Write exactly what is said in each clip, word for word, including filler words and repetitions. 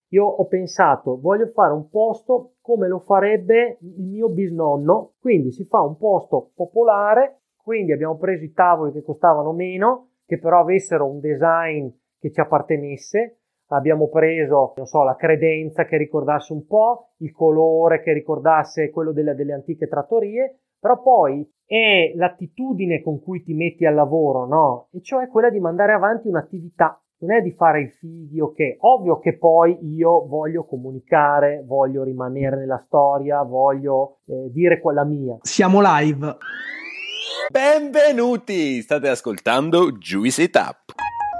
Io ho pensato, voglio fare un posto come lo farebbe il mio bisnonno, quindi si fa un posto popolare, quindi abbiamo preso i tavoli che costavano meno, che però avessero un design che ci appartenesse, abbiamo preso, non so, la credenza che ricordasse un po', il colore che ricordasse quello delle, delle antiche trattorie, però poi è l'attitudine con cui ti metti al lavoro, no? E cioè quella di mandare avanti un'attività. Non è di fare il figlio che, ovvio che poi io voglio comunicare, voglio rimanere nella storia, voglio eh, dire quella mia. Siamo live. Benvenuti! State ascoltando Juicy Tap.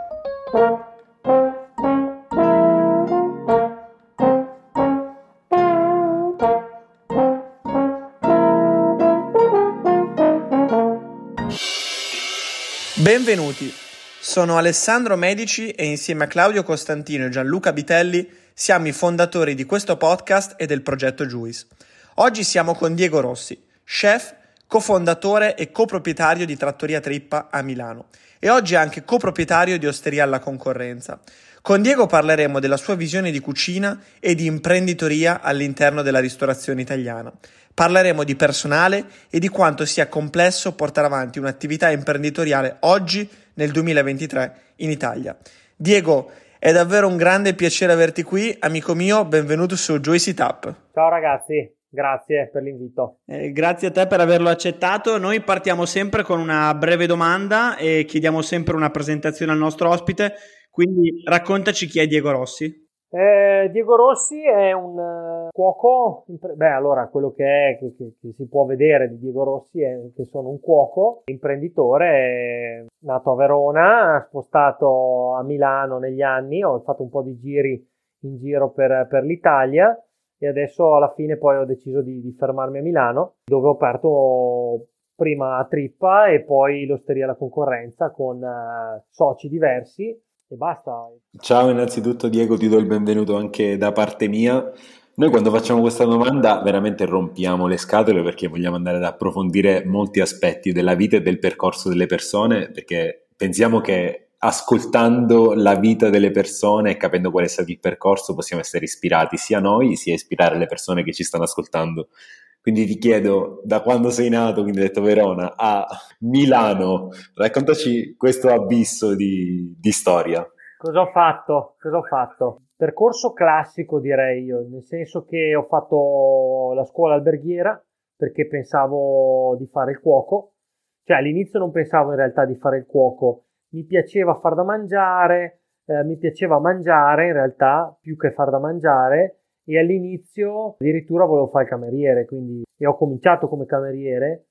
Benvenuti. Sono Alessandro Medici e insieme a Claudio Costantino e Gianluca Bitelli siamo i fondatori di questo podcast e del progetto Juice. Oggi siamo con Diego Rossi, chef, cofondatore e coproprietario di Trattoria Trippa a Milano e oggi anche coproprietario di Osteria alla Concorrenza. Con Diego parleremo della sua visione di cucina e di imprenditoria all'interno della ristorazione italiana. Parleremo di personale e di quanto sia complesso portare avanti un'attività imprenditoriale oggi nel duemilaventitré in Italia. Diego, è davvero un grande piacere averti qui, amico mio, benvenuto su Juicy Tap. Ciao ragazzi, grazie per l'invito. Eh, grazie a te per averlo accettato. Noi partiamo sempre con una breve domanda e chiediamo sempre una presentazione al nostro ospite, quindi raccontaci chi è Diego Rossi. Eh, Diego Rossi è un uh, cuoco, impre- beh allora quello che è, che, che, che si può vedere di Diego Rossi è che sono un cuoco, imprenditore, nato a Verona, spostato a Milano negli anni, ho fatto un po' di giri in giro per, per l'Italia e adesso alla fine poi ho deciso di, di fermarmi a Milano, dove ho aperto prima a Trippa e poi l'Osteria alla Concorrenza con uh, soci diversi. E basta. Ciao, innanzitutto Diego, ti do il benvenuto anche da parte mia. Noi quando facciamo questa domanda veramente rompiamo le scatole perché vogliamo andare ad approfondire molti aspetti della vita e del percorso delle persone, perché pensiamo che ascoltando la vita delle persone e capendo qual è stato il percorso possiamo essere ispirati sia noi sia ispirare le persone che ci stanno ascoltando. Quindi ti chiedo, da quando sei nato, quindi hai detto Verona, a Milano, raccontaci questo abisso di, di storia. Cosa ho fatto? Cosa ho fatto? Percorso classico direi io, nel senso che ho fatto la scuola alberghiera perché pensavo di fare il cuoco, cioè all'inizio non pensavo in realtà di fare il cuoco, mi piaceva far da mangiare, eh, mi piaceva mangiare in realtà più che far da mangiare. E all'inizio addirittura volevo fare il cameriere, quindi e ho cominciato come cameriere.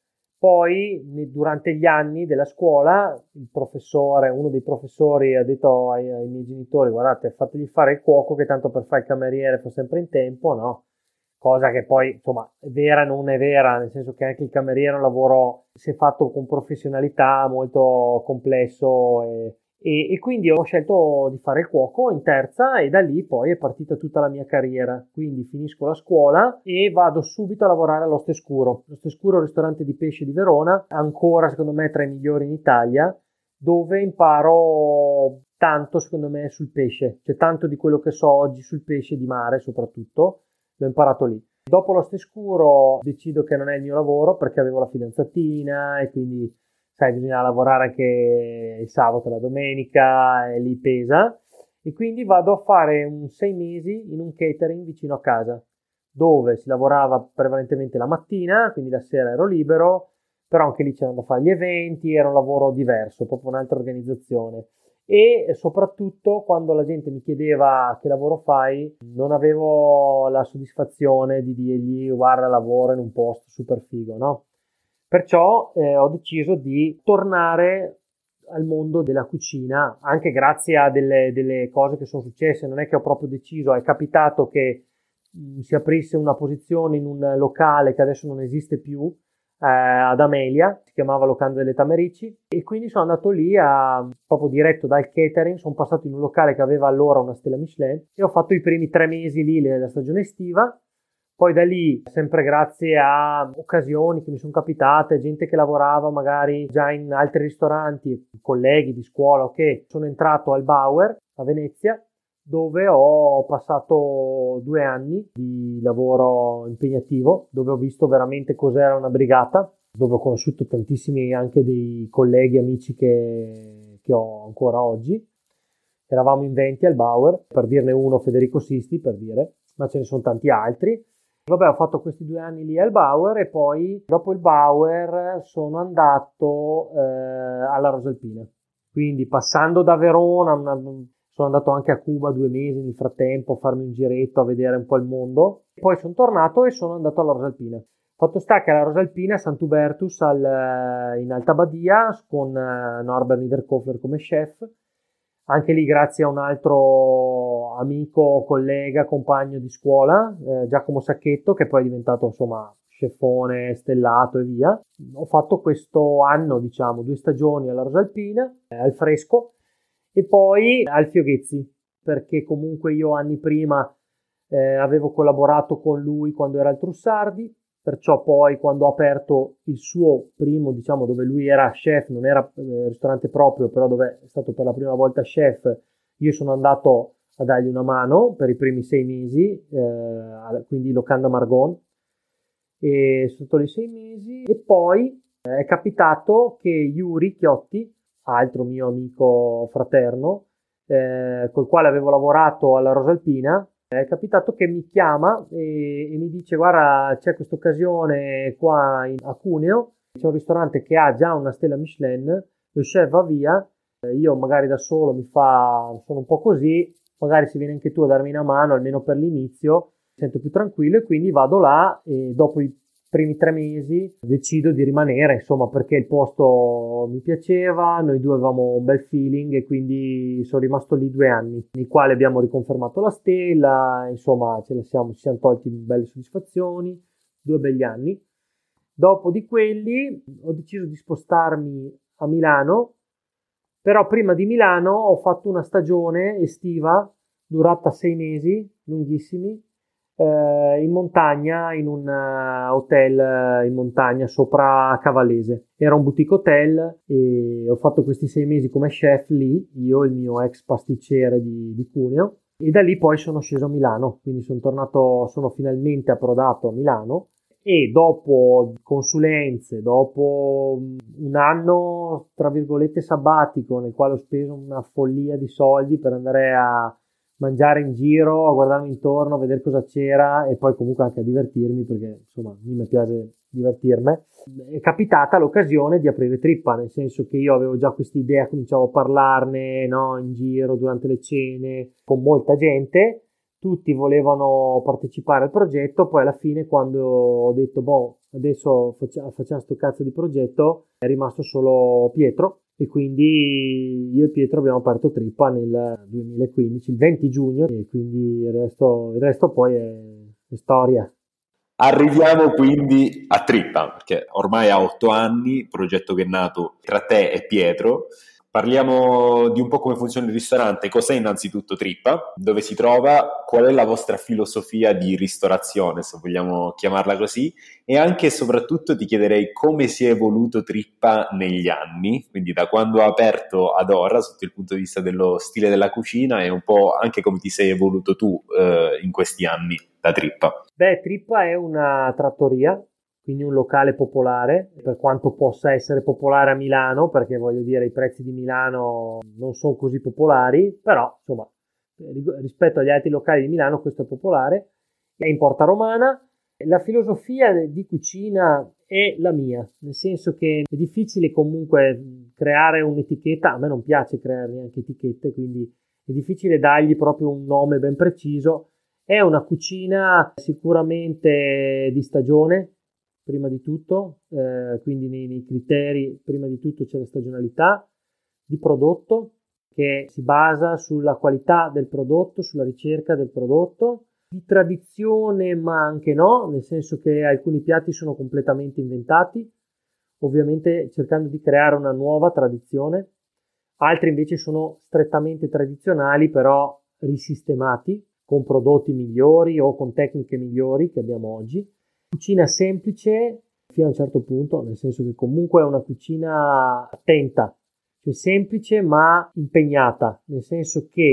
Poi durante gli anni della scuola il professore, uno dei professori ha detto ai, ai miei genitori: guardate, fategli fare il cuoco che tanto per fare il cameriere fa sempre in tempo, no? Cosa che poi insomma è vera non è vera, nel senso che anche il cameriere è un lavoro se fatto con professionalità molto complesso e E, e quindi ho scelto di fare il cuoco in terza e da lì poi è partita tutta la mia carriera. Quindi finisco la scuola e vado subito a lavorare all'Ostescuro. L'Ostescuro è un ristorante di pesce di Verona, ancora secondo me tra i migliori in Italia, dove imparo tanto secondo me sul pesce. C'è tanto di quello che so oggi sul pesce di mare soprattutto, l'ho imparato lì. Dopo l'Ostescuro decido che non è il mio lavoro perché avevo la fidanzatina e quindi sai, bisogna lavorare anche il sabato e la domenica e lì pesa e quindi vado a fare un sei mesi in un catering vicino a casa dove si lavorava prevalentemente la mattina, quindi la sera ero libero, però anche lì c'erano da fare gli eventi, era un lavoro diverso, proprio un'altra organizzazione e soprattutto quando la gente mi chiedeva che lavoro fai non avevo la soddisfazione di dirgli guarda lavoro in un posto super figo, no? Perciò eh, ho deciso di tornare al mondo della cucina, anche grazie a delle, delle cose che sono successe. Non è che ho proprio deciso, è capitato che mh, si aprisse una posizione in un locale che adesso non esiste più, eh, ad Amelia, si chiamava Locanda delle Tamerici, e quindi sono andato lì a, proprio diretto dal catering, sono passato in un locale che aveva allora una stella Michelin e ho fatto i primi tre mesi lì nella stagione estiva. Poi da lì, sempre grazie a occasioni che mi sono capitate, gente che lavorava magari già in altri ristoranti, colleghi di scuola, ok, sono entrato al Bauer a Venezia, dove ho passato due anni di lavoro impegnativo, dove ho visto veramente cos'era una brigata, dove ho conosciuto tantissimi anche dei colleghi, amici che, che ho ancora oggi. Eravamo in venti al Bauer, per dirne uno Federico Sisti, per dire, ma ce ne sono tanti altri. Vabbè, ho fatto questi due anni lì al Bauer e poi dopo il Bauer sono andato eh, alla Rosalpina. Quindi passando da Verona, una, sono andato anche a Cuba due mesi nel frattempo a farmi un giretto, a vedere un po' il mondo. Poi sono tornato e sono andato alla Rosalpina. Fatto sta che alla Rosalpina, Sant'Ubertus al, in Alta Badia, con Norbert Niederkofler come chef. Anche lì grazie a un altro amico, collega, compagno di scuola, eh, Giacomo Sacchetto, che poi è diventato insomma chefone, stellato e via. Ho fatto questo anno, diciamo, due stagioni alla Rosalpina, eh, al fresco, e poi al Fioghezzi, perché comunque io anni prima eh, avevo collaborato con lui quando era al Trussardi, perciò poi quando ho aperto il suo primo, diciamo, dove lui era chef, non era eh, ristorante proprio, però dove è stato per la prima volta chef, io sono andato a dargli una mano per i primi sei mesi, eh, quindi Locanda Margon, e sono stato lì sei mesi, e poi eh, è capitato che Yuri Chiotti, altro mio amico fraterno, eh, col quale avevo lavorato alla Rosalpina, è capitato che mi chiama e, e mi dice: guarda, c'è questa occasione qua in, a Cuneo, c'è un ristorante che ha già una stella Michelin, lo chef va via, io magari da solo mi fa, sono un po' così, magari se vieni anche tu a darmi una mano almeno per l'inizio, mi sento più tranquillo, e quindi vado là e dopo i primi tre mesi decido di rimanere, insomma, perché il posto mi piaceva, noi due avevamo un bel feeling e quindi sono rimasto lì due anni, nei quali abbiamo riconfermato la stella, insomma ce ne siamo, ci siamo tolti belle soddisfazioni, due belli anni. Dopo di quelli ho deciso di spostarmi a Milano, però prima di Milano ho fatto una stagione estiva durata sei mesi, lunghissimi, in montagna, in un hotel in montagna sopra Cavallese. Era un boutique hotel e ho fatto questi sei mesi come chef lì, io e il mio ex pasticcere di, di Cuneo, e da lì poi sono sceso a Milano, quindi sono tornato, sono finalmente approdato a Milano, e dopo consulenze, dopo un anno tra virgolette sabbatico nel quale ho speso una follia di soldi per andare a mangiare in giro, a guardarmi intorno, a vedere cosa c'era e poi comunque anche a divertirmi, perché insomma mi piace divertirmi, è capitata l'occasione di aprire Trippa, nel senso che io avevo già questa idea, cominciavo a parlarne, no, in giro durante le cene con molta gente, tutti volevano partecipare al progetto, poi alla fine quando ho detto boh, adesso facciamo, facciamo sto cazzo di progetto, è rimasto solo Pietro, e quindi io e Pietro abbiamo aperto Trippa nel duemilaquindici, il venti giugno, e quindi il resto, il resto poi è, è storia. Arriviamo quindi a Trippa, perché ormai ha otto anni, progetto che è nato tra te e Pietro. Parliamo di un po' come funziona il ristorante. Cos'è innanzitutto Trippa? Dove si trova? Qual è la vostra filosofia di ristorazione, se vogliamo chiamarla così? E anche e soprattutto ti chiederei come si è evoluto Trippa negli anni, quindi da quando ha aperto ad ora, sotto il punto di vista dello stile della cucina, e un po' anche come ti sei evoluto tu eh, in questi anni da Trippa. Beh, Trippa è una trattoria, quindi un locale popolare, per quanto possa essere popolare a Milano, perché voglio dire i prezzi di Milano non sono così popolari, però insomma rispetto agli altri locali di Milano questo è popolare, è in Porta Romana. La filosofia di cucina è la mia, nel senso che è difficile comunque creare un'etichetta, a me non piace creare neanche etichette, quindi è difficile dargli proprio un nome ben preciso. È una cucina sicuramente di stagione, prima di tutto, eh, quindi nei, nei criteri, prima di tutto c'è la stagionalità, di prodotto, che si basa sulla qualità del prodotto, sulla ricerca del prodotto, di tradizione ma anche no, nel senso che alcuni piatti sono completamente inventati, ovviamente cercando di creare una nuova tradizione, altri invece sono strettamente tradizionali però risistemati, con prodotti migliori o con tecniche migliori che abbiamo oggi. Cucina semplice fino a un certo punto, nel senso che comunque è una cucina attenta, cioè semplice ma impegnata, nel senso che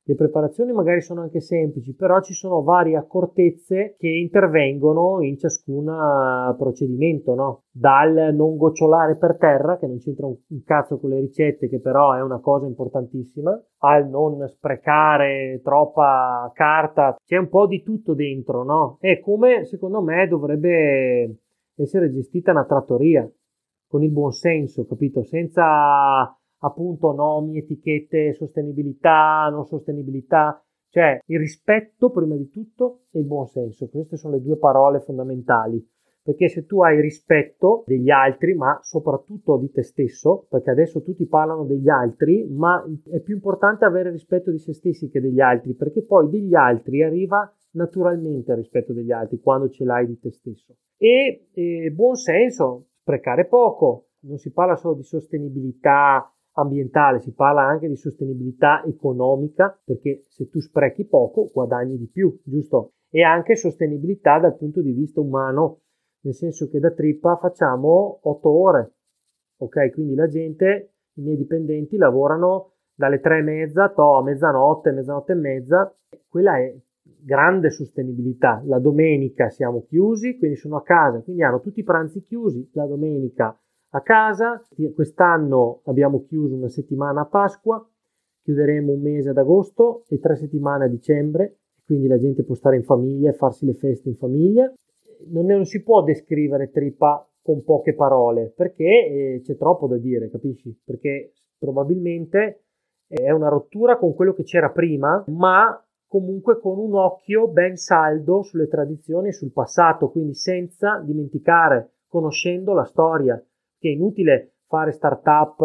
Le preparazioni magari sono anche semplici, però ci sono varie accortezze che intervengono in ciascun procedimento, no? Dal non gocciolare per terra, che non c'entra un, un cazzo con le ricette, che però è una cosa importantissima, al non sprecare troppa carta. C'è un po' di tutto dentro, no? È come, secondo me, dovrebbe essere gestita una trattoria, con il buon senso, capito? Senza appunto nomi, etichette, sostenibilità, non sostenibilità, cioè il rispetto prima di tutto e il buon senso. Queste sono le due parole fondamentali, perché se tu hai rispetto degli altri, ma soprattutto di te stesso, perché adesso tutti parlano degli altri, ma è più importante avere rispetto di se stessi che degli altri, perché poi degli altri arriva naturalmente il rispetto degli altri quando ce l'hai di te stesso. E, e buon senso, sprecare poco, non si parla solo di sostenibilità ambientale, si parla anche di sostenibilità economica, perché se tu sprechi poco guadagni di più, giusto? E anche sostenibilità dal punto di vista umano, nel senso che da trippa facciamo otto ore, ok? Quindi la gente, i miei dipendenti lavorano dalle tre e mezza to, a mezzanotte, mezzanotte e mezza, quella è grande sostenibilità. La domenica siamo chiusi, quindi sono a casa, quindi hanno tutti i pranzi chiusi, la domenica a casa. Quest'anno abbiamo chiuso una settimana a Pasqua, chiuderemo un mese ad agosto e tre settimane a dicembre, quindi la gente può stare in famiglia e farsi le feste in famiglia. Non, ne, non si può descrivere trippa con poche parole, perché eh, c'è troppo da dire, capisci? Perché probabilmente è una rottura con quello che c'era prima, ma comunque con un occhio ben saldo sulle tradizioni e sul passato, quindi senza dimenticare, conoscendo la storia, che è inutile fare start-up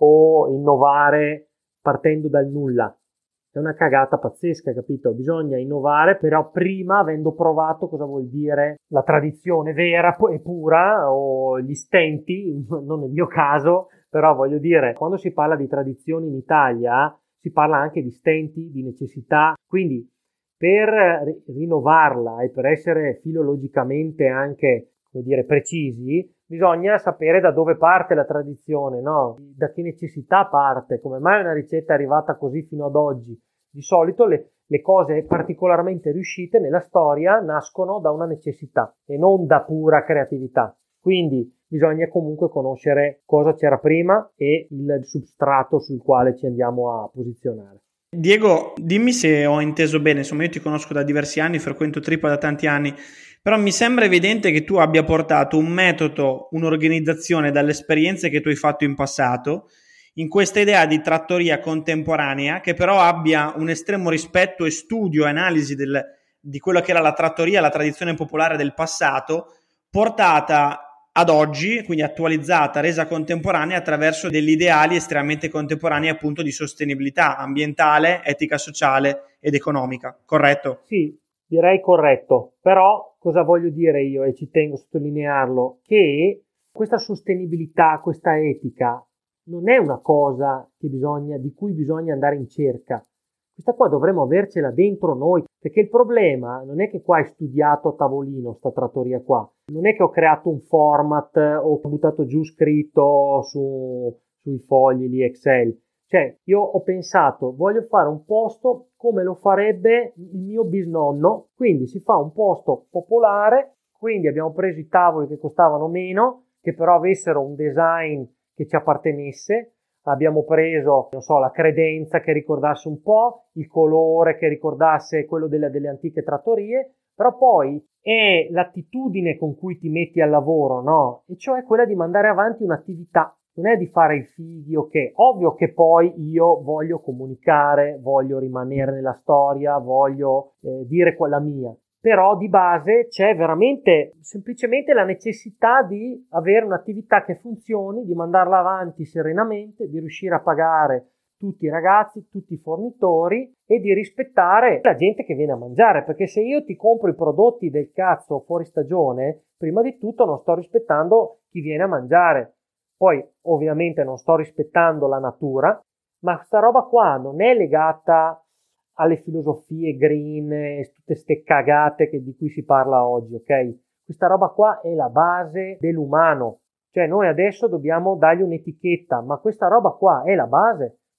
o innovare partendo dal nulla. È una cagata pazzesca, capito? Bisogna innovare, però prima avendo provato cosa vuol dire la tradizione vera e pura, o gli stenti, non nel mio caso, però voglio dire, quando si parla di tradizioni in Italia si parla anche di stenti, di necessità, quindi per rinnovarla e per essere filologicamente anche, come dire, precisi, bisogna sapere da dove parte la tradizione, no? Da che necessità parte, come mai una ricetta è arrivata così fino ad oggi. Di solito le, le cose particolarmente riuscite nella storia nascono da una necessità e non da pura creatività. Quindi bisogna comunque conoscere cosa c'era prima e il substrato sul quale ci andiamo a posizionare. Diego, dimmi se ho inteso bene, insomma io ti conosco da diversi anni, frequento Trippa da tanti anni, però mi sembra evidente che tu abbia portato un metodo, un'organizzazione dalle esperienze che tu hai fatto in passato, in questa idea di trattoria contemporanea, che però abbia un estremo rispetto e studio e analisi del, di quello che era la trattoria, la tradizione popolare del passato, portata ad oggi, quindi attualizzata, resa contemporanea attraverso degli ideali estremamente contemporanei appunto di sostenibilità ambientale, etica sociale ed economica, corretto? Sì, direi corretto, però cosa voglio dire io, e ci tengo a sottolinearlo, che questa sostenibilità, questa etica non è una cosa che bisogna, di cui bisogna andare in cerca. Questa qua dovremmo avercela dentro noi, perché il problema non è che qua hai studiato a tavolino sta trattoria qua, non è che ho creato un format o ho buttato giù scritto su, sui fogli di Excel, cioè io ho pensato voglio fare un posto come lo farebbe il mio bisnonno, quindi si fa un posto popolare, quindi abbiamo preso i tavoli che costavano meno, che però avessero un design che ci appartenesse. Abbiamo preso, non so, la credenza che ricordasse un po', il colore che ricordasse quello delle, delle antiche trattorie, però poi è l'attitudine con cui ti metti al lavoro, no? E cioè quella di mandare avanti un'attività, non è di fare i fighi o che. Ovvio che poi io voglio comunicare, voglio rimanere nella storia, voglio eh, dire quella mia. Però di base c'è veramente semplicemente la necessità di avere un'attività che funzioni, di mandarla avanti serenamente, di riuscire a pagare tutti i ragazzi, tutti i fornitori e di rispettare la gente che viene a mangiare, perché se io ti compro i prodotti del cazzo fuori stagione, prima di tutto non sto rispettando chi viene a mangiare. Poi ovviamente non sto rispettando la natura, ma sta roba qua non è legata alle filosofie green e tutte ste cagate che, di cui si parla oggi, ok? Questa roba qua è la base dell'umano, cioè noi adesso dobbiamo dargli un'etichetta, ma questa roba qua è la base,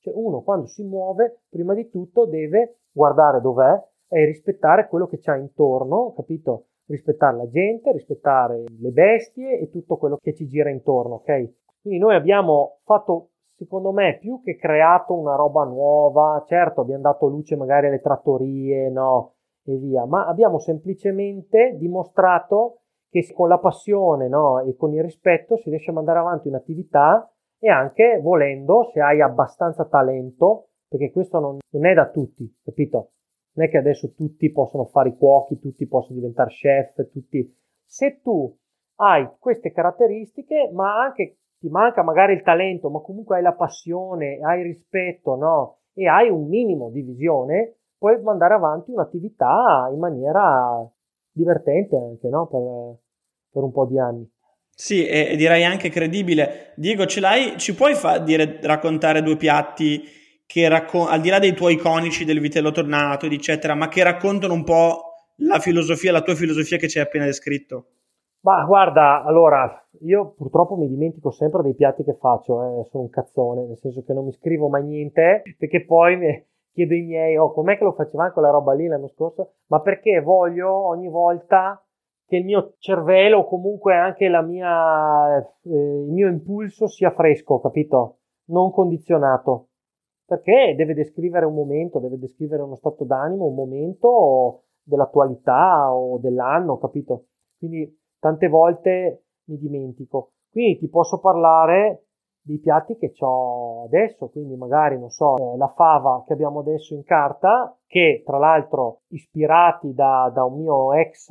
Cioè uno quando si muove, prima di tutto deve guardare dov'è e rispettare quello che c'ha intorno, capito? Rispettare la gente, rispettare le bestie e tutto quello che ci gira intorno, ok? Quindi noi abbiamo fatto, secondo me, più che creato una roba nuova, certo abbiamo dato luce magari alle trattorie, no, e via, ma abbiamo semplicemente dimostrato che con la passione, no, e con il rispetto si riesce a mandare avanti un'attività e anche volendo, se hai abbastanza talento, perché questo non, non è da tutti, capito? Non è che adesso tutti possono fare i cuochi, tutti possono diventare chef, tutti. Se tu hai queste caratteristiche, ma anche ti manca magari il talento, ma comunque hai la passione, hai il rispetto, no? E hai un minimo di visione, puoi mandare avanti un'attività in maniera divertente anche, no? Per, per un po' di anni. Sì, e, e direi anche credibile. Diego, ce l'hai? Ci puoi fa- dire, raccontare due piatti che raccon- al di là dei tuoi iconici del vitello tornato, eccetera, ma che raccontano un po' la filosofia, la tua filosofia che ci hai appena descritto? Ma guarda, allora, io purtroppo mi dimentico sempre dei piatti che faccio, eh, sono un cazzone, nel senso che non mi scrivo mai niente, perché poi mi chiedo ai miei, oh, com'è che lo facevamo quella roba lì l'anno scorso? Ma perché voglio ogni volta che il mio cervello o comunque anche la mia, eh, il mio impulso sia fresco, capito? Non condizionato. Perché deve descrivere un momento, deve descrivere uno stato d'animo, un momento dell'attualità o dell'anno, capito? Quindi tante volte mi dimentico. Quindi ti posso parlare dei piatti che ho adesso, quindi magari, non so, eh, la fava che abbiamo adesso in carta, che tra l'altro ispirati da, da un mio ex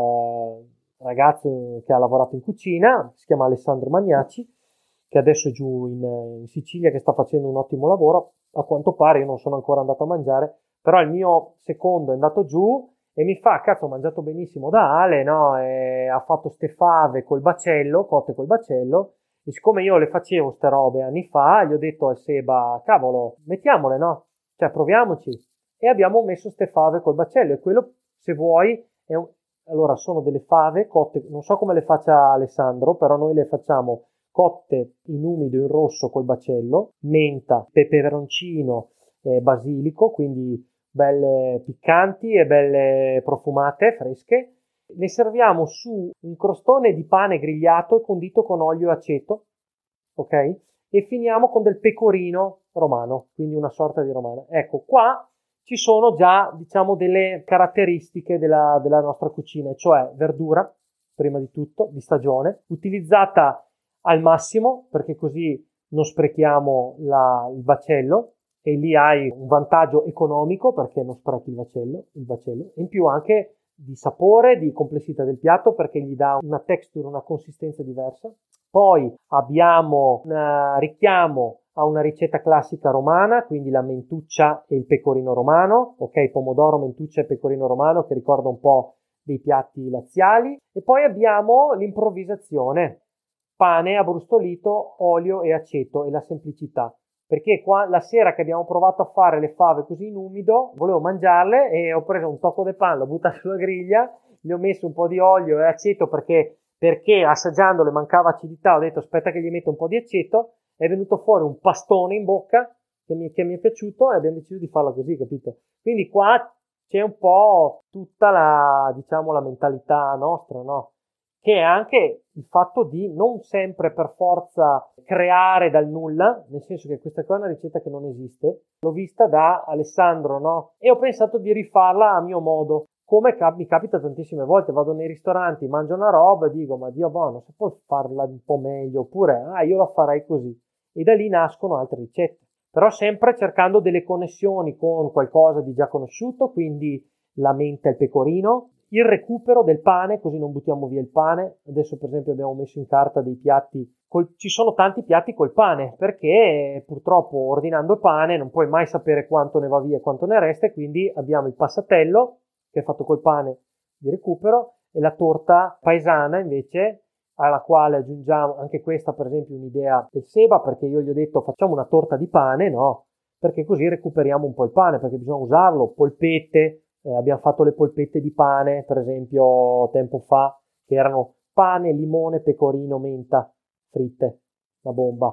eh, ragazzo che ha lavorato in cucina, si chiama Alessandro Magnaci, che adesso è giù in, in Sicilia, che sta facendo un ottimo lavoro. A quanto pare io non sono ancora andato a mangiare, però il mio secondo è andato giù e mi fa, cazzo, ho mangiato benissimo da Ale, no? E ha fatto ste fave col bacello, cotte col bacello, e siccome io le facevo ste robe anni fa, gli ho detto al Seba, cavolo, mettiamole, no? Cioè, proviamoci. E abbiamo messo ste fave col bacello, e quello, se vuoi, è un... allora, sono delle fave cotte, non so come le faccia Alessandro, però noi le facciamo cotte in umido, in rosso col bacello, menta, peperoncino, eh, basilico, quindi belle piccanti e belle profumate, fresche. Le serviamo su un crostone di pane grigliato e condito con olio e aceto, ok? E finiamo con del pecorino romano, quindi una sorta di romana. Ecco, qua ci sono già, diciamo, delle caratteristiche della, della nostra cucina, cioè verdura, prima di tutto, di stagione, utilizzata al massimo, perché così non sprechiamo la, il bacello, e lì hai un vantaggio economico perché non sprechi il bacello, il bacello, in più anche di sapore, di complessità del piatto perché gli dà una texture, una consistenza diversa. Poi abbiamo un richiamo a una ricetta classica romana, quindi la mentuccia e il pecorino romano, ok, pomodoro, mentuccia e pecorino romano che ricorda un po' dei piatti laziali. E poi abbiamo l'improvvisazione, pane abbrustolito, olio e aceto e la semplicità. Perché qua la sera che abbiamo provato a fare le fave così in umido, volevo mangiarle e ho preso un tocco di pane, l'ho buttato sulla griglia, gli ho messo un po' di olio e aceto perché, perché assaggiandole mancava acidità, ho detto aspetta che gli metto un po' di aceto, è venuto fuori un pastone in bocca che mi, che mi è piaciuto e abbiamo deciso di farla così, capito? Quindi qua c'è un po' tutta la, diciamo, la mentalità nostra, no? Che è anche il fatto di non sempre per forza creare dal nulla, nel senso che questa qua è una ricetta che non esiste, l'ho vista da Alessandro, no? E ho pensato di rifarla a mio modo, come cap- mi capita tantissime volte, vado nei ristoranti, mangio una roba e dico, ma Dio buono, se puoi farla un po' meglio, oppure, ah, io la farei così. E da lì nascono altre ricette, però sempre cercando delle connessioni con qualcosa di già conosciuto, quindi la menta e il pecorino, il recupero del pane, così non buttiamo via il pane. Adesso per esempio abbiamo messo in carta dei piatti, col... ci sono tanti piatti col pane, perché purtroppo ordinando il pane non puoi mai sapere quanto ne va via e quanto ne resta, e quindi abbiamo il passatello, che è fatto col pane di recupero, e la torta paesana invece, alla quale aggiungiamo, anche questa per esempio un'idea del Seba, perché io gli ho detto facciamo una torta di pane, no? Perché così recuperiamo un po' il pane, perché bisogna usarlo, polpette. Eh, abbiamo fatto le polpette di pane, per esempio, tempo fa, che erano pane, limone, pecorino, menta, fritte, la bomba.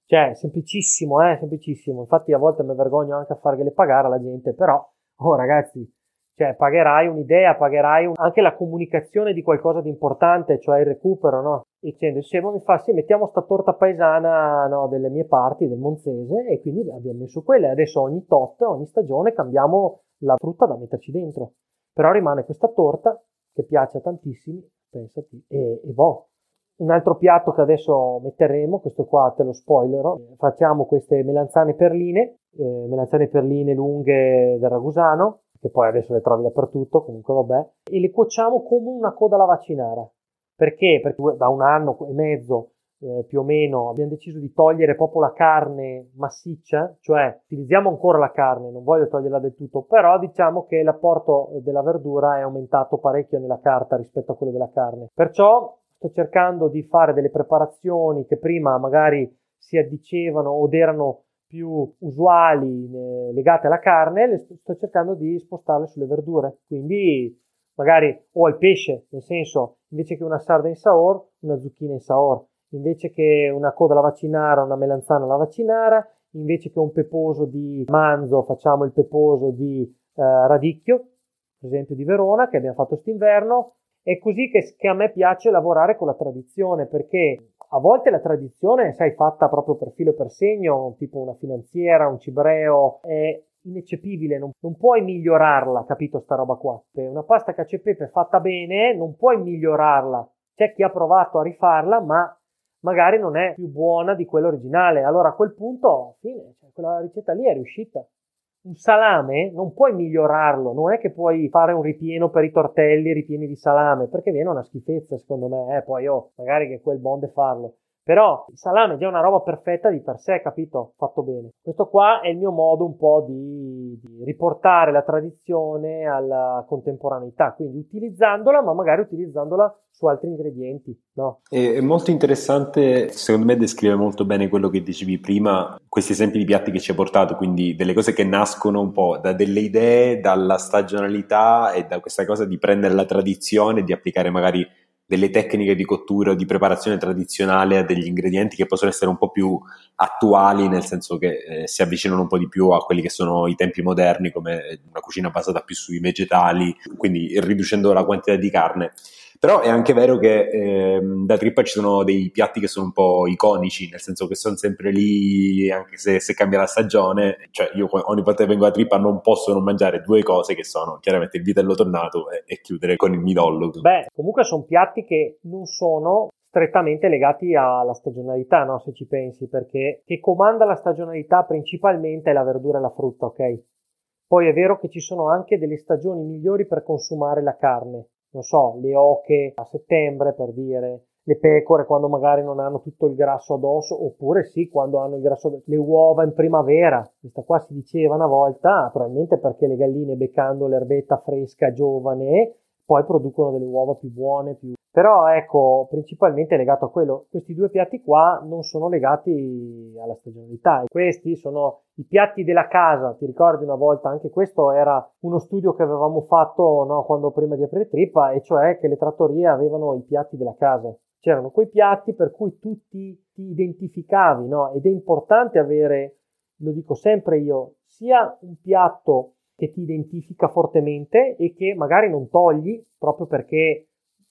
Cioè, semplicissimo, eh, semplicissimo. Infatti a volte mi vergogno anche a fargliele pagare alla gente, però, oh ragazzi, cioè, pagherai un'idea, pagherai un- anche la comunicazione di qualcosa di importante, cioè il recupero, no? Dicendo, Semo mi fa, sì, mettiamo sta torta paesana, no, delle mie parti, del Monzese, e quindi abbiamo messo quelle. Adesso ogni tot, ogni stagione cambiamo la frutta da metterci dentro. Però rimane questa torta che piace a tantissimi, pensati, e, e boh. Un altro piatto che adesso metteremo, questo qua te lo spoilerò, facciamo queste melanzane perline, eh, melanzane perline lunghe del ragusano, che poi adesso le trovi dappertutto, comunque vabbè, e le cuociamo come una coda alla vaccinara. Perché? Perché da un anno e mezzo eh, più o meno abbiamo deciso di togliere proprio la carne massiccia, cioè utilizziamo ancora la carne, non voglio toglierla del tutto, però diciamo che l'apporto della verdura è aumentato parecchio nella carta rispetto a quello della carne. Perciò sto cercando di fare delle preparazioni che prima magari si addicevano ed erano più usuali eh, legate alla carne, le sto, sto cercando di spostarle sulle verdure. Quindi magari o al pesce, nel senso, invece che una sarda in saor, una zucchina in saor, invece che una coda alla vaccinara, una melanzana alla vaccinara, invece che un peposo di manzo, facciamo il peposo di eh, radicchio, per esempio di Verona, che abbiamo fatto quest'inverno. È così che, che a me piace lavorare con la tradizione, perché a volte la tradizione, sai, fatta proprio per filo e per segno, tipo una finanziera, un cibreo, è ineccepibile, non, non puoi migliorarla, capito sta roba qua? Una pasta cacio e pepe fatta bene, non puoi migliorarla. C'è chi ha provato a rifarla, ma magari non è più buona di quella originale. Allora a quel punto, fine, cioè, quella ricetta lì è riuscita. Un salame non puoi migliorarlo, non è che puoi fare un ripieno per i tortelli ripieni di salame, perché viene una schifezza secondo me, eh, poi oh, magari che quel bonde farlo. Però il salame è già una roba perfetta di per sé, capito? Fatto bene. Questo qua è il mio modo un po' di, di riportare la tradizione alla contemporaneità, quindi utilizzandola, ma magari utilizzandola su altri ingredienti, no? È è molto interessante, secondo me descrive molto bene quello che dicevi prima, questi esempi di piatti che ci hai portato, quindi delle cose che nascono un po' da delle idee, dalla stagionalità e da questa cosa di prendere la tradizione e di applicare magari delle tecniche di cottura o di preparazione tradizionale a degli ingredienti che possono essere un po' più attuali, nel senso che eh, si avvicinano un po' di più a quelli che sono i tempi moderni, come una cucina basata più sui vegetali, quindi riducendo la quantità di carne. Però è anche vero che ehm, da Trippa ci sono dei piatti che sono un po' iconici, nel senso che sono sempre lì, anche se, se cambia la stagione. Cioè io ogni volta che vengo a Trippa non posso non mangiare due cose che sono chiaramente il vitello tonnato e, e chiudere con il midollo. Beh, comunque sono piatti che non sono strettamente legati alla stagionalità, no? Se ci pensi, perché che comanda la stagionalità principalmente è la verdura e la frutta, ok? Poi è vero che ci sono anche delle stagioni migliori per consumare la carne, non so, le oche a settembre per dire, le pecore quando magari non hanno tutto il grasso addosso, oppure sì, quando hanno il grasso addosso, le uova in primavera, questa qua si diceva una volta, probabilmente perché le galline beccando l'erbetta fresca, giovane, poi producono delle uova più buone, più... Però ecco, principalmente è legato a quello. Questi due piatti qua non sono legati alla stagionalità. Questi sono i piatti della casa. Ti ricordi una volta? Anche questo era uno studio che avevamo fatto, no, quando prima di aprire Trippa, e cioè che le trattorie avevano i piatti della casa. C'erano quei piatti per cui tu ti, ti identificavi, no? Ed è importante avere, lo dico sempre io, sia un piatto che ti identifica fortemente e che magari non togli proprio perché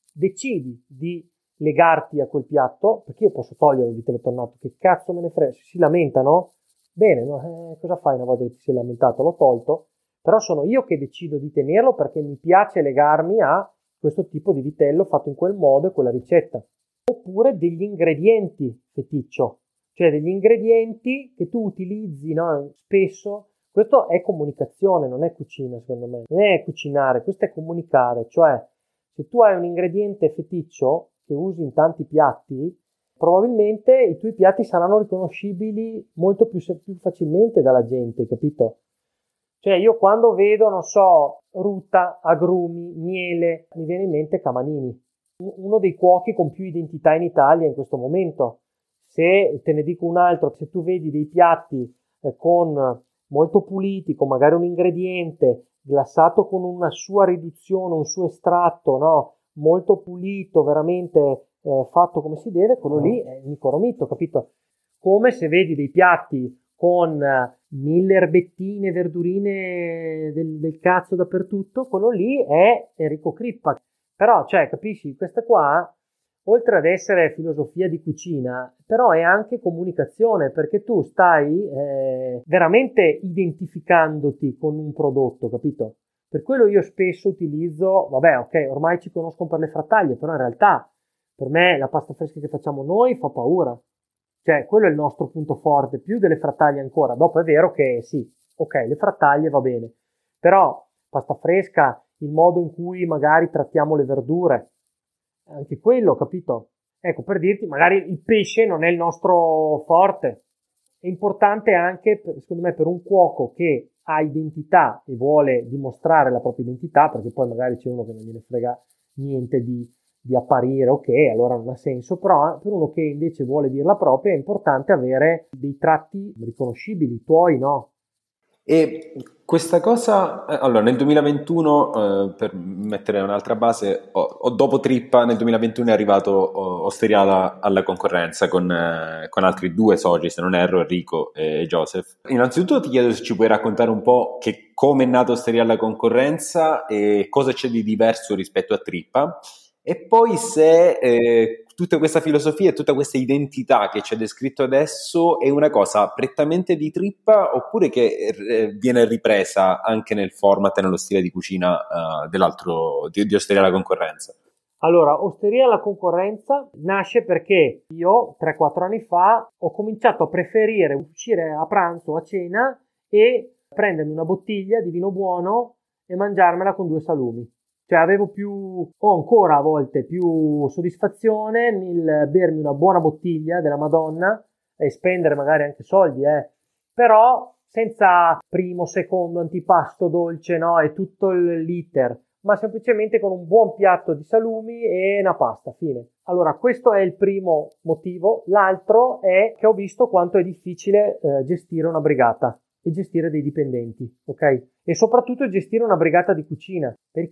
decidi di legarti a quel piatto, perché io posso togliere il vitello tonnato, che cazzo me ne frega, si lamentano, bene, no? Eh, cosa fai una volta che ti sei lamentato? L'ho tolto, però sono io che decido di tenerlo perché mi piace legarmi a questo tipo di vitello fatto in quel modo e quella ricetta. Oppure degli ingredienti feticcio, cioè degli ingredienti che tu utilizzi, no, spesso. Questo è comunicazione, non è cucina secondo me, non è cucinare, questo è comunicare, cioè se tu hai un ingrediente feticcio che usi in tanti piatti, probabilmente i tuoi piatti saranno riconoscibili molto più, più facilmente dalla gente, capito? Cioè io quando vedo, non so, ruta, agrumi, miele, mi viene in mente Camanini, uno dei cuochi con più identità in Italia in questo momento. Se te ne dico un altro, se tu vedi dei piatti eh, con molto puliti, con magari un ingrediente glassato con una sua riduzione, un suo estratto, no? Molto pulito, veramente eh, fatto come si deve, quello lì è il Micco Romito, capito? come se vedi dei piatti con mille erbettine, verdurine del, del cazzo dappertutto, quello lì è Enrico Crippa. Però, cioè, capisci, questa qua, oltre ad essere filosofia di cucina, però è anche comunicazione, perché tu stai eh, veramente identificandoti con un prodotto, capito? Per quello io spesso utilizzo, vabbè, ok, ormai ci conoscono per le frattaglie, però in realtà per me la pasta fresca che facciamo noi fa paura. Cioè, quello è il nostro punto forte, più delle frattaglie ancora. Dopo è vero che sì, ok, le frattaglie va bene, però pasta fresca, il modo in cui magari trattiamo le verdure, anche quello, capito? Ecco, per dirti, magari il pesce non è il nostro forte. È importante anche, secondo me, per un cuoco che ha identità e vuole dimostrare la propria identità, perché poi magari c'è uno che non gliene frega niente di, di apparire, ok, allora non ha senso, però per uno che invece vuole dirla propria è importante avere dei tratti riconoscibili, tuoi, no? E questa cosa, eh, allora nel duemilaventuno, eh, per mettere un'altra base, ho, ho- dopo Trippa nel duemilaventuno è arrivato oh, Osteria alla, alla concorrenza con, eh, con altri due soci, se non erro, Enrico e Joseph. Innanzitutto ti chiedo se ci puoi raccontare un po' che come è nato Osteria alla concorrenza e cosa c'è di diverso rispetto a Trippa. E poi se eh, tutta questa filosofia e tutta questa identità che ci hai descritto adesso è una cosa prettamente di Trippa oppure che eh, viene ripresa anche nel format e nello stile di cucina eh, dell'altro, di, di Osteria alla concorrenza. Allora, Osteria alla concorrenza nasce perché io tre quattro anni fa ho cominciato a preferire uscire a pranzo o a cena e prendermi una bottiglia di vino buono e mangiarmela con due salumi. Cioè avevo più, ho ancora a volte più soddisfazione nel bermi una buona bottiglia della Madonna e spendere magari anche soldi, eh. Però senza primo, secondo, antipasto, dolce, no, e tutto l'iter, ma semplicemente con un buon piatto di salumi e una pasta, fine. Allora, questo è il primo motivo. L'altro è che ho visto quanto è difficile eh, gestire una brigata e gestire dei dipendenti, ok? E soprattutto gestire una brigata di cucina,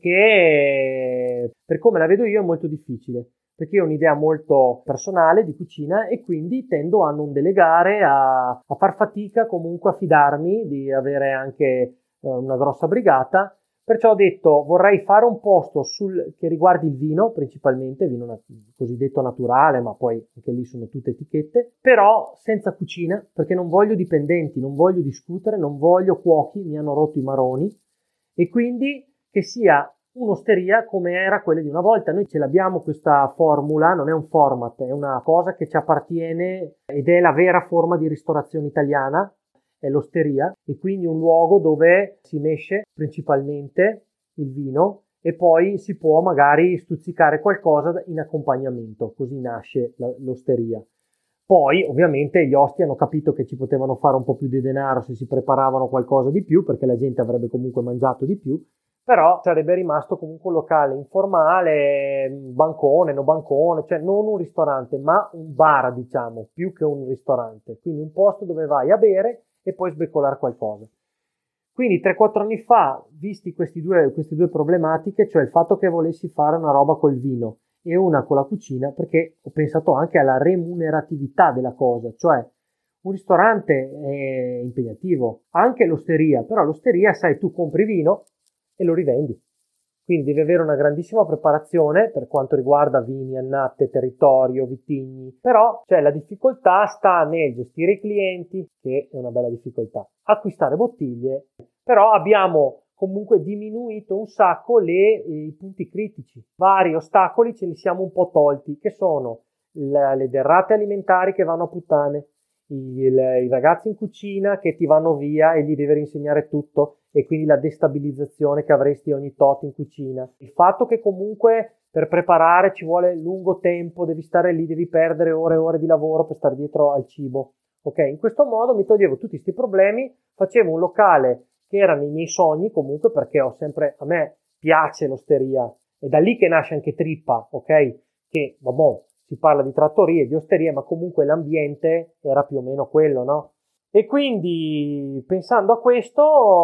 perché per come la vedo io è molto difficile, perché io ho un'idea molto personale di cucina e quindi tendo a non delegare, a, a far fatica comunque a fidarmi di avere anche eh, una grossa brigata. Perciò ho detto vorrei fare un posto sul, che riguardi il vino, principalmente, vino nat- cosiddetto naturale, ma poi anche lì sono tutte etichette, però senza cucina, perché non voglio dipendenti, non voglio discutere, non voglio cuochi, mi hanno rotto i maroni, e quindi che sia un'osteria come era quella di una volta. Noi ce l'abbiamo questa formula, non è un format, è una cosa che ci appartiene ed è la vera forma di ristorazione italiana, è l'osteria, e quindi un luogo dove si mesce principalmente il vino e poi si può magari stuzzicare qualcosa in accompagnamento, così nasce la, l'osteria. Poi ovviamente gli osti hanno capito che ci potevano fare un po' più di denaro se si preparavano qualcosa di più, perché la gente avrebbe comunque mangiato di più, però sarebbe rimasto comunque un locale informale, bancone, no bancone, cioè non un ristorante, ma un bar, diciamo, più che un ristorante, quindi un posto dove vai a bere e poi sbecolare qualcosa. Quindi tre quattro anni fa, visti questi due, queste due problematiche, cioè il fatto che volessi fare una roba col vino e una con la cucina, perché ho pensato anche alla remuneratività della cosa, cioè un ristorante è impegnativo, anche l'osteria, però l'osteria, sai, tu compri vino e lo rivendi. Quindi devi avere una grandissima preparazione per quanto riguarda vini, annate, territorio, vitigni, però cioè, la difficoltà sta nel gestire i clienti, che è una bella difficoltà, acquistare bottiglie, però abbiamo comunque diminuito un sacco le, i punti critici. Vari ostacoli ce li siamo un po' tolti, che sono le, le derrate alimentari che vanno a puttane, i, le, i ragazzi in cucina che ti vanno via e gli devi rinsegnare tutto, e quindi la destabilizzazione che avresti ogni tot in cucina. Il fatto che comunque per preparare ci vuole lungo tempo, devi stare lì, devi perdere ore e ore di lavoro per stare dietro al cibo. Ok, in questo modo mi toglievo tutti questi problemi, facevo un locale che era nei miei sogni comunque, perché ho sempre, a me piace l'osteria, è da lì che nasce anche Trippa, ok? Che, vabbè, si parla di trattorie, di osterie, ma comunque l'ambiente era più o meno quello, no? E quindi, pensando a questo,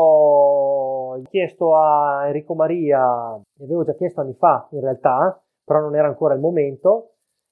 ho chiesto a Enrico Maria, l'avevo già chiesto anni fa in realtà, però non era ancora il momento,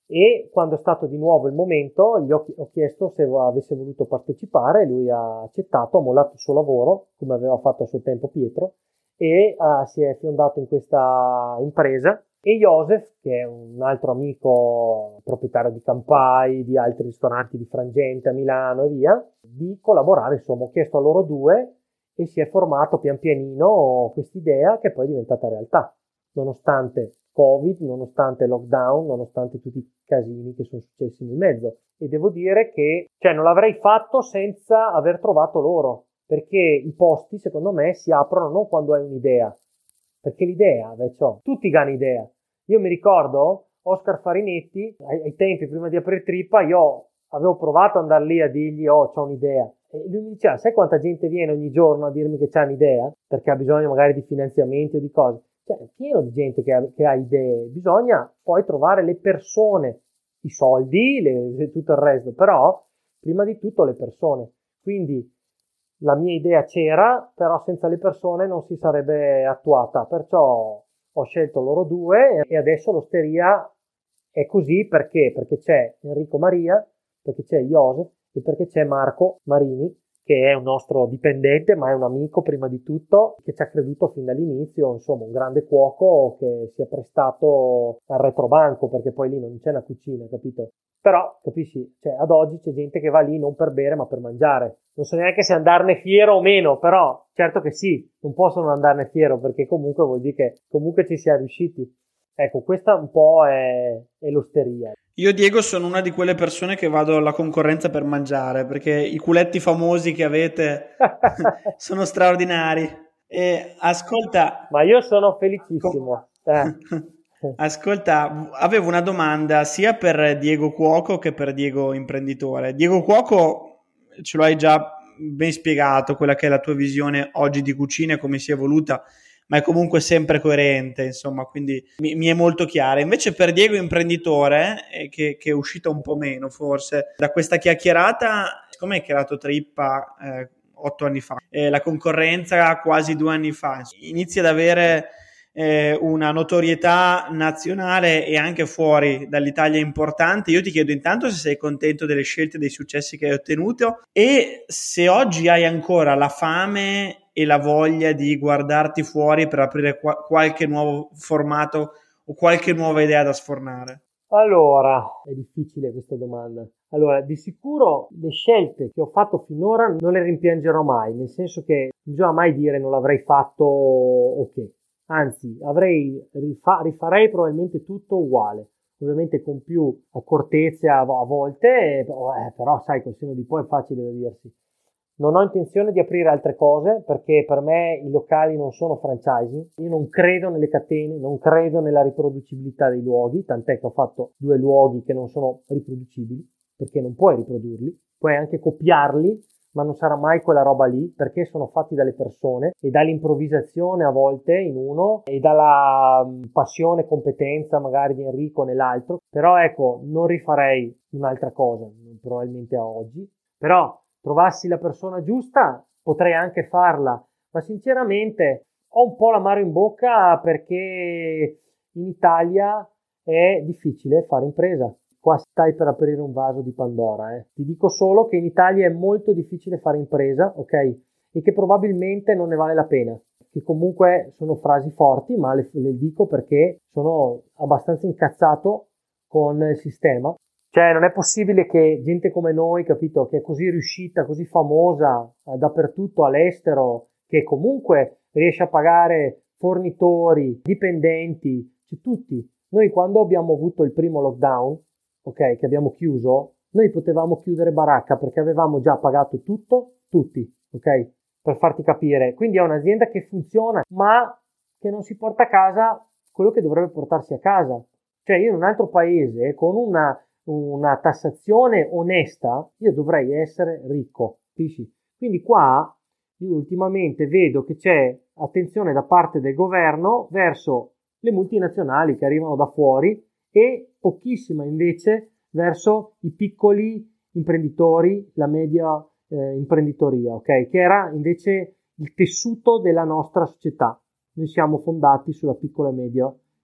E quando è stato di nuovo il momento, gli ho, ho chiesto se avesse voluto partecipare, lui ha accettato, ha mollato il suo lavoro, come aveva fatto a suo tempo Pietro, e uh, si è fiondato in questa impresa. E Joseph, che è un altro amico proprietario di Campai, di altri ristoranti di Frangente a Milano e via, di collaborare. Insomma, ho chiesto a loro due e si è formato pian pianino quest'idea che poi è diventata realtà, nonostante Covid, nonostante lockdown, nonostante tutti i casini che sono successi nel mezzo. E devo dire che, cioè, non l'avrei fatto senza aver trovato loro, perché i posti, secondo me, si aprono non quando hai un'idea, perché l'idea, cioè, tutti hanno idea. Io mi ricordo Oscar Farinetti, ai, ai tempi prima di aprire Trippa, io avevo provato ad andare lì a dirgli, oh, c'ho un'idea. E lui mi diceva, sai quanta gente viene ogni giorno a dirmi che c'ha un'idea? Perché ha bisogno magari di finanziamenti o di cose. Cioè, è pieno di gente che ha, che ha idee. Bisogna poi trovare le persone, i soldi, le, tutto il resto, però prima di tutto le persone. Quindi la mia idea c'era, però senza le persone non si sarebbe attuata. Perciò ho scelto loro due e adesso l'osteria è così perché? Perché c'è Enrico Maria, perché c'è Joseph e perché c'è Marco Marini, che è un nostro dipendente, ma è un amico prima di tutto, che ci ha creduto fin dall'inizio, insomma, un grande cuoco che si è prestato al retrobanco, perché poi lì non c'è una cucina, capito? Però, capisci, cioè, ad oggi c'è gente che va lì non per bere, ma per mangiare. Non so neanche se andarne fiero o meno, però certo che sì, non posso non andarne fiero, perché comunque vuol dire che comunque ci sia riusciti. Ecco, questa un po' è, è l'osteria. Io, Diego, sono una di quelle persone che vado alla concorrenza per mangiare, perché i culetti famosi che avete sono straordinari. E ascolta... Ma io sono felicissimo. Eh. Ascolta, avevo una domanda sia per Diego Cuoco che per Diego Imprenditore. Diego Cuoco, ce lo hai già ben spiegato, quella che è la tua visione oggi di cucina e come si è evoluta, ma è comunque sempre coerente, insomma, quindi mi, mi è molto chiara. Invece per Diego Imprenditore, eh, che, che è uscito un po' meno forse da questa chiacchierata, siccome hai creato Trippa eh, otto anni fa, eh, la concorrenza quasi due anni fa, inizia ad avere eh, una notorietà nazionale e anche fuori dall'Italia importante. Io ti chiedo intanto se sei contento delle scelte e dei successi che hai ottenuto e se oggi hai ancora la fame e la voglia di guardarti fuori per aprire qua- qualche nuovo formato o qualche nuova idea da sfornare. Allora, è difficile questa domanda. Allora, di sicuro le scelte che ho fatto finora non le rimpiangerò mai, nel senso che non bisogna mai dire non l'avrei fatto ok. Anzi, avrei rifa- rifarei probabilmente tutto uguale, ovviamente con più accortezze a, a volte, eh, però sai, col senno di poi è facile da dirsi. Non ho intenzione di aprire altre cose perché per me i locali non sono franchising, io non credo nelle catene, non credo nella riproducibilità dei luoghi, tant'è che ho fatto due luoghi che non sono riproducibili, perché non puoi riprodurli, puoi anche copiarli, ma non sarà mai quella roba lì, perché sono fatti dalle persone e dall'improvvisazione a volte in uno e dalla passione, competenza magari di Enrico nell'altro. Però ecco, non rifarei un'altra cosa, probabilmente a oggi, però trovassi la persona giusta potrei anche farla, ma sinceramente ho un po' l'amaro in bocca perché in Italia è difficile fare impresa. Qua stai per aprire un vaso di Pandora, eh. Ti dico solo che in Italia è molto difficile fare impresa, ok? E che probabilmente non ne vale la pena. Che comunque sono frasi forti, ma le, le dico perché sono abbastanza incazzato con il sistema. Cioè, non è possibile che gente come noi, capito, che è così riuscita, così famosa eh, dappertutto all'estero, che comunque riesce a pagare fornitori, dipendenti, cioè tutti. Noi quando abbiamo avuto il primo lockdown, ok, che abbiamo chiuso, noi potevamo chiudere baracca perché avevamo già pagato tutto, tutti, ok? Per farti capire. Quindi è un'azienda che funziona, ma che non si porta a casa quello che dovrebbe portarsi a casa. Cioè io in un altro paese, con una, una tassazione onesta, io dovrei essere ricco, capisci? Quindi qua, io ultimamente vedo che c'è attenzione da parte del governo verso le multinazionali che arrivano da fuori e pochissima invece verso i piccoli imprenditori, la media eh, imprenditoria, ok? Che era invece il tessuto della nostra società. Noi siamo fondati sulla piccola e media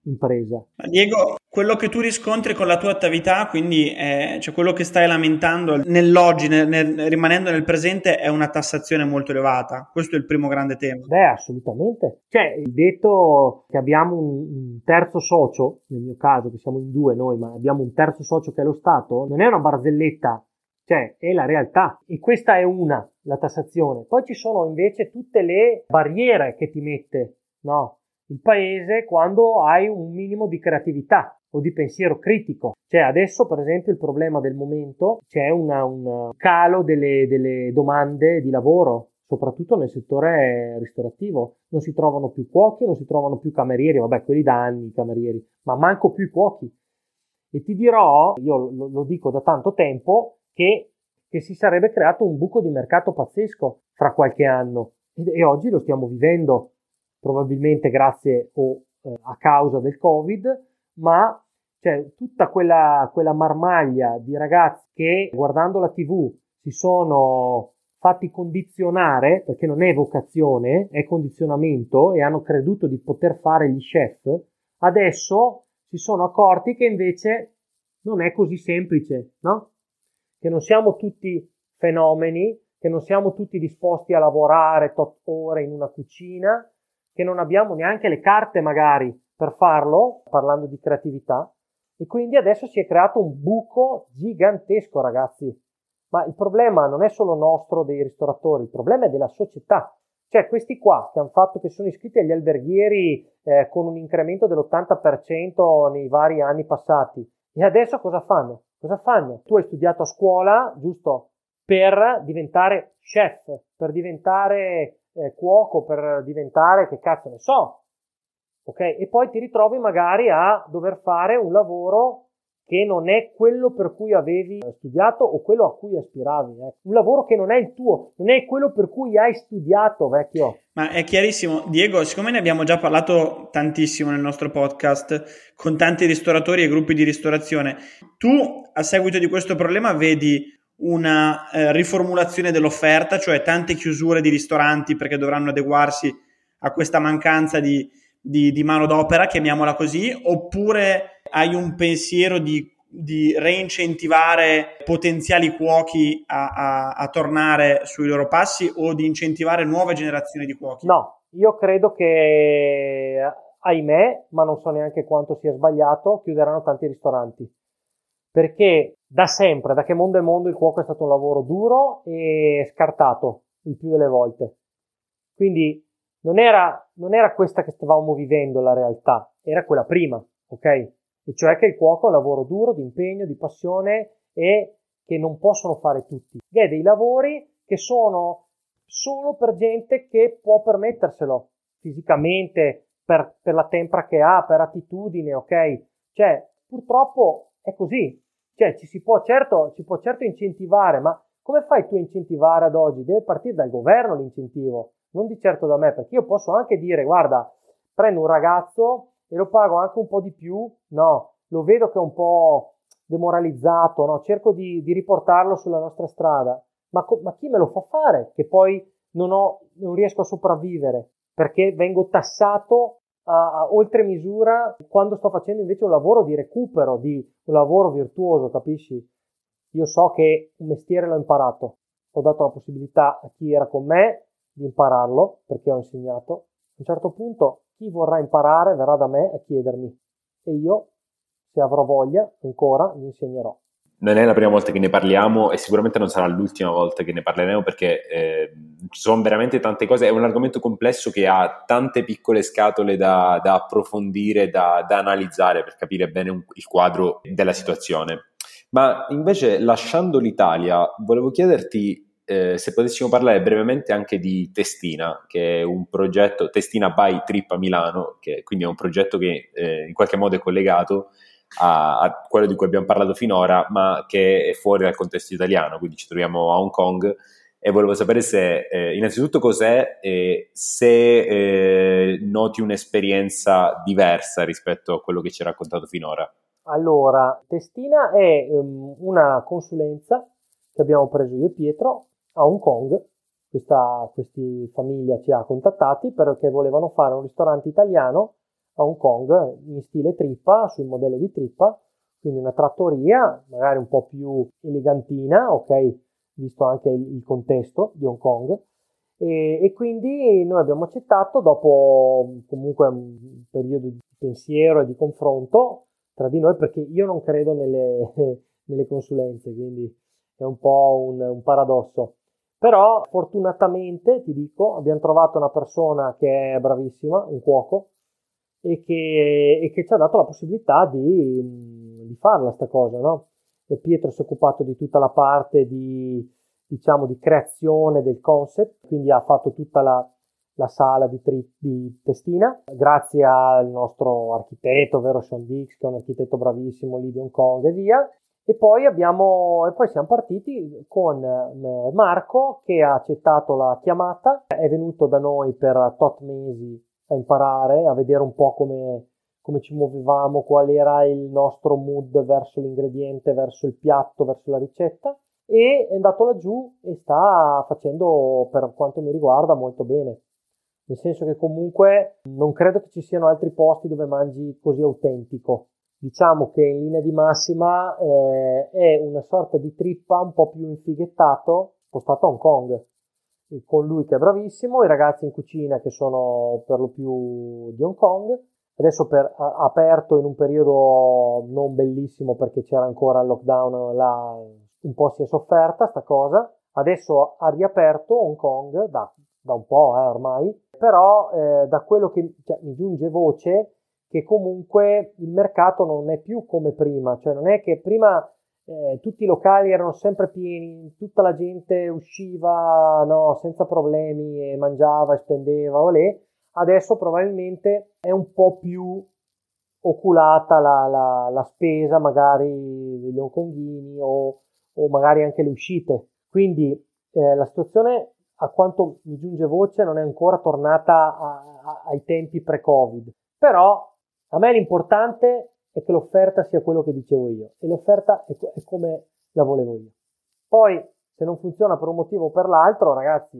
impresa. Diego, quello che tu riscontri con la tua attività, quindi eh, cioè quello che stai lamentando nell'oggi, nel, nel, rimanendo nel presente, è una tassazione molto elevata. Questo è il primo grande tema. Beh, assolutamente. Cioè, il detto che abbiamo un, un terzo socio, nel mio caso, che siamo in due noi, ma abbiamo un terzo socio che è lo Stato, non è una barzelletta, cioè è la realtà. E questa è una, la tassazione. Poi ci sono invece tutte le barriere che ti mette, no? Il paese quando hai un minimo di creatività o di pensiero critico. Cioè adesso per esempio il problema del momento, c'è una, un calo delle, delle domande di lavoro, soprattutto nel settore ristorativo. Non si trovano più cuochi, non si trovano più camerieri, vabbè quelli da anni i camerieri, ma manco più i cuochi. E ti dirò, io lo, lo dico da tanto tempo, che, che si sarebbe creato un buco di mercato pazzesco fra qualche anno e, e oggi lo stiamo vivendo, probabilmente grazie o eh, a causa del Covid, ma c'è tutta quella, quella marmaglia di ragazzi che guardando la tivù si sono fatti condizionare, perché non è vocazione, è condizionamento, e hanno creduto di poter fare gli chef, adesso si sono accorti che invece non è così semplice, no? Che non siamo tutti fenomeni, che non siamo tutti disposti a lavorare tot ore in una cucina, che non abbiamo neanche le carte magari per farlo, parlando di creatività, e quindi adesso si è creato un buco gigantesco, ragazzi. Ma il problema non è solo nostro dei ristoratori, il problema è della società. Cioè questi qua che hanno fatto, che sono iscritti agli alberghieri eh, con un incremento dell'ottanta per cento nei vari anni passati, e adesso cosa fanno? Cosa fanno? Tu hai studiato a scuola, giusto, per diventare chef, per diventare eh, cuoco, per diventare, che cazzo ne so, ok? E poi ti ritrovi magari a dover fare un lavoro che non è quello per cui avevi studiato o quello a cui aspiravi, eh. Un lavoro che non è il tuo, non è quello per cui hai studiato, vecchio. Ma è chiarissimo. Diego, siccome ne abbiamo già parlato tantissimo nel nostro podcast con tanti ristoratori e gruppi di ristorazione, tu a seguito di questo problema vedi una eh, riformulazione dell'offerta, cioè tante chiusure di ristoranti perché dovranno adeguarsi a questa mancanza di, di, di manodopera, chiamiamola così, oppure hai un pensiero di, di reincentivare potenziali cuochi a, a, a tornare sui loro passi o di incentivare nuove generazioni di cuochi? No, io credo che, ahimè, ma non so neanche quanto sia sbagliato, chiuderanno tanti ristoranti. Perché da sempre, da che mondo è mondo, il cuoco è stato un lavoro duro e scartato il più delle volte. Quindi non era, non era questa che stavamo vivendo la realtà, era quella prima, ok? E cioè che il cuoco è un lavoro duro, di impegno, di passione e che non possono fare tutti. Che è dei lavori che sono solo per gente che può permetterselo fisicamente, per, per la tempra che ha, per attitudine, ok? Cioè, purtroppo è così. Cioè, ci si può certo, si può certo incentivare, ma come fai tu a incentivare ad oggi? Deve partire dal governo l'incentivo, non di certo da me, perché io posso anche dire, guarda, prendo un ragazzo e lo pago anche un po' di più, no, lo vedo che è un po' demoralizzato, no, cerco di, di riportarlo sulla nostra strada, ma, co- ma chi me lo fa fare? Che poi non ho, non riesco a sopravvivere, perché vengo tassato a, a oltre misura quando sto facendo invece un lavoro di recupero, di un lavoro virtuoso, capisci? Io so che un mestiere l'ho imparato, ho dato la possibilità a chi era con me di impararlo, perché ho insegnato. A un certo punto chi vorrà imparare verrà da me a chiedermi e io, se avrò voglia, ancora gli insegnerò. Non è la prima volta che ne parliamo e sicuramente non sarà l'ultima volta che ne parleremo, perché eh, ci sono veramente tante cose, è un argomento complesso che ha tante piccole scatole da, da approfondire, da, da analizzare per capire bene un, il quadro della situazione. Ma invece, lasciando l'Italia, volevo chiederti eh, se potessimo parlare brevemente anche di Testina, che è un progetto, Testina by Trippa Milano, che quindi è un progetto che eh, in qualche modo è collegato A, a quello di cui abbiamo parlato finora, ma che è fuori dal contesto italiano, quindi ci troviamo a Hong Kong e volevo sapere se eh, innanzitutto cos'è e se eh, noti un'esperienza diversa rispetto a quello che ci hai raccontato finora. Allora, Testina è um, una consulenza che abbiamo preso io e Pietro a Hong Kong. Questa questi famiglia ci ha contattati perché volevano fare un ristorante italiano a Hong Kong in stile trippa, sul modello di trippa, quindi una trattoria magari un po' più elegantina, ok, visto anche il, il contesto di Hong Kong, e, e quindi noi abbiamo accettato dopo comunque un periodo di pensiero e di confronto tra di noi, perché io non credo nelle, nelle consulenze, quindi è un po' un, un paradosso. Però fortunatamente, ti dico, abbiamo trovato una persona che è bravissima, un cuoco, e che, e che ci ha dato la possibilità di, di farla sta cosa, no? E Pietro si è occupato di tutta la parte di, diciamo, di creazione del concept, quindi ha fatto tutta la, la sala di, tri, di testina, grazie al nostro architetto, ovvero Sean Dix, che è un architetto bravissimo lì di Hong Kong e via. E poi abbiamo, e poi siamo partiti con eh, Marco, che ha accettato la chiamata, è venuto da noi per tot mesi a imparare, a vedere un po' come, come ci muovevamo, qual era il nostro mood verso l'ingrediente, verso il piatto, verso la ricetta, e è andato laggiù e sta facendo, per quanto mi riguarda, molto bene. Nel senso che comunque non credo che ci siano altri posti dove mangi così autentico. Diciamo che in linea di massima eh, è una sorta di trippa un po' più infighettato, spostato a Hong Kong, e con lui che è bravissimo, i ragazzi in cucina che sono per lo più di Hong Kong. Adesso per, ha aperto in un periodo non bellissimo perché c'era ancora il lockdown, là un po' si è sofferta sta cosa. Adesso ha riaperto Hong Kong da, da un po' eh, ormai, però eh, da quello che cioè, mi giunge voce che comunque il mercato non è più come prima, cioè non è che prima eh, tutti i locali erano sempre pieni, tutta la gente usciva no, senza problemi e mangiava e spendeva, olè. Adesso probabilmente è un po' più oculata la, la, la spesa magari degli hongkonghini o, o magari anche le uscite, quindi eh, la situazione a quanto mi giunge voce non è ancora tornata a, a, ai tempi pre-Covid, però a me l'importante è che l'offerta sia quello che dicevo io e l'offerta è, è come la volevo io. Poi se non funziona per un motivo o per l'altro, ragazzi,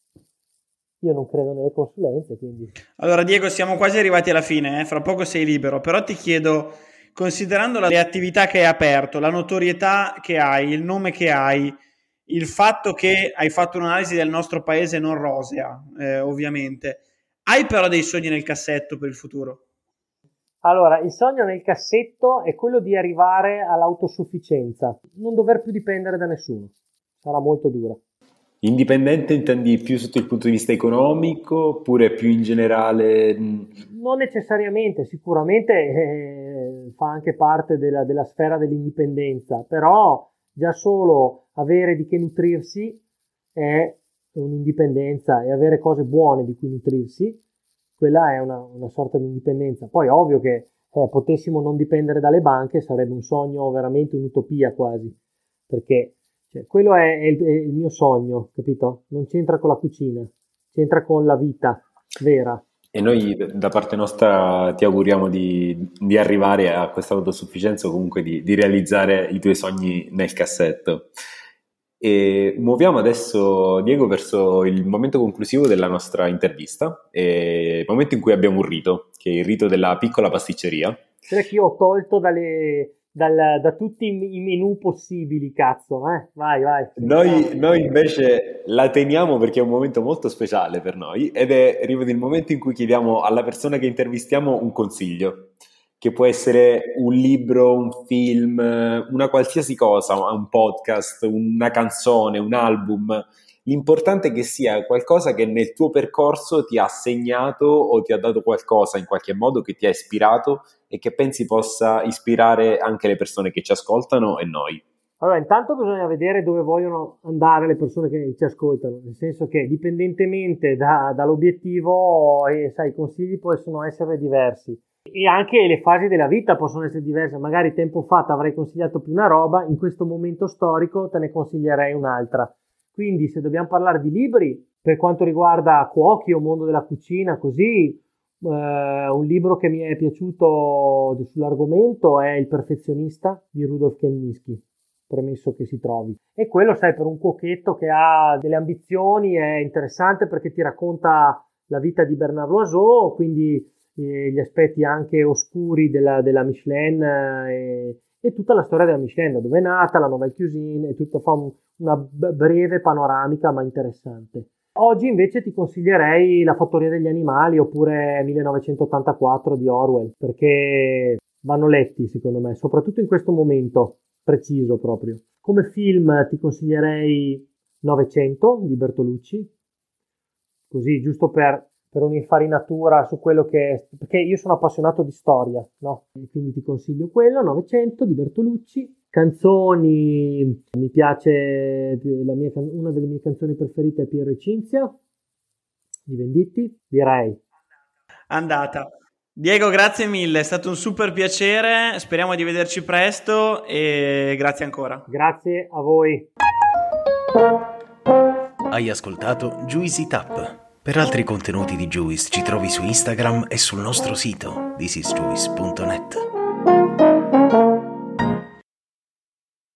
io non credo nelle consulenze, quindi... Allora Diego, siamo quasi arrivati alla fine, eh? Fra poco sei libero, però ti chiedo, considerando le attività che hai aperto, la notorietà che hai, il nome che hai, il fatto che hai fatto un'analisi del nostro paese non rosea, eh, ovviamente, hai però dei sogni nel cassetto per il futuro? Allora, il sogno nel cassetto è quello di arrivare all'autosufficienza, non dover più dipendere da nessuno. Sarà molto dura. Indipendente intendi più sotto il punto di vista economico oppure più in generale? Non necessariamente, sicuramente eh, fa anche parte della, della sfera dell'indipendenza, però già solo avere di che nutrirsi è un'indipendenza e avere cose buone di cui nutrirsi, quella è una, una sorta di indipendenza. Poi ovvio che eh, potessimo non dipendere dalle banche, sarebbe un sogno, veramente un'utopia quasi, perché cioè, quello è, è, il, è il mio sogno, capito? Non c'entra con la cucina, c'entra con la vita vera. E noi da parte nostra ti auguriamo di, di arrivare a questa autosufficienza o comunque di, di realizzare i tuoi sogni nel cassetto. E muoviamo adesso, Diego, verso il momento conclusivo della nostra intervista, e il momento in cui abbiamo un rito, che è il rito della piccola pasticceria. Cioè che io ho tolto dalle, dal, da tutti i menù possibili, cazzo, eh? Vai, vai. Noi, noi invece la teniamo perché è un momento molto speciale per noi ed è arrivato il momento in cui chiediamo alla persona che intervistiamo un consiglio, che può essere un libro, un film, una qualsiasi cosa, un podcast, una canzone, un album. L'importante è che sia qualcosa che nel tuo percorso ti ha segnato o ti ha dato qualcosa in qualche modo, che ti ha ispirato e che pensi possa ispirare anche le persone che ci ascoltano e noi. Allora, intanto bisogna vedere dove vogliono andare le persone che ci ascoltano, nel senso che dipendentemente da, dall'obiettivo, eh, sai, i consigli possono essere diversi. E anche le fasi della vita possono essere diverse. Magari tempo fa ti avrei consigliato più una roba, in questo momento storico te ne consiglierei un'altra. Quindi se dobbiamo parlare di libri, per quanto riguarda cuochi o mondo della cucina, così, eh, un libro che mi è piaciuto sull'argomento è Il perfezionista di Rudolf Cheminsky, premesso che si trovi. E quello, sai, per un cuochetto che ha delle ambizioni è interessante perché ti racconta la vita di Bernard Loiseau, quindi eh, gli aspetti anche oscuri della, della Michelin e, e tutta la storia della Michelin, da dove è nata, la nouvelle cuisine, e tutto fa un, una breve panoramica ma interessante. Oggi invece ti consiglierei La fattoria degli animali oppure millenovecentottantaquattro di Orwell, perché vanno letti secondo me, soprattutto in questo momento preciso proprio. Come film ti consiglierei novecento di Bertolucci, così giusto per, per un'infarinatura su quello che è, perché io sono appassionato di storia, no? E quindi ti consiglio quello, novecento di Bertolucci. Canzoni, mi piace, la mia, una delle mie canzoni preferite è Piero e Cinzia di Venditti, direi. Andata. Diego, grazie mille, è stato un super piacere, speriamo di vederci presto e grazie ancora. Grazie a voi. Hai ascoltato Juice It Up. Per altri contenuti di Juice ci trovi su Instagram e sul nostro sito this is juice punto net.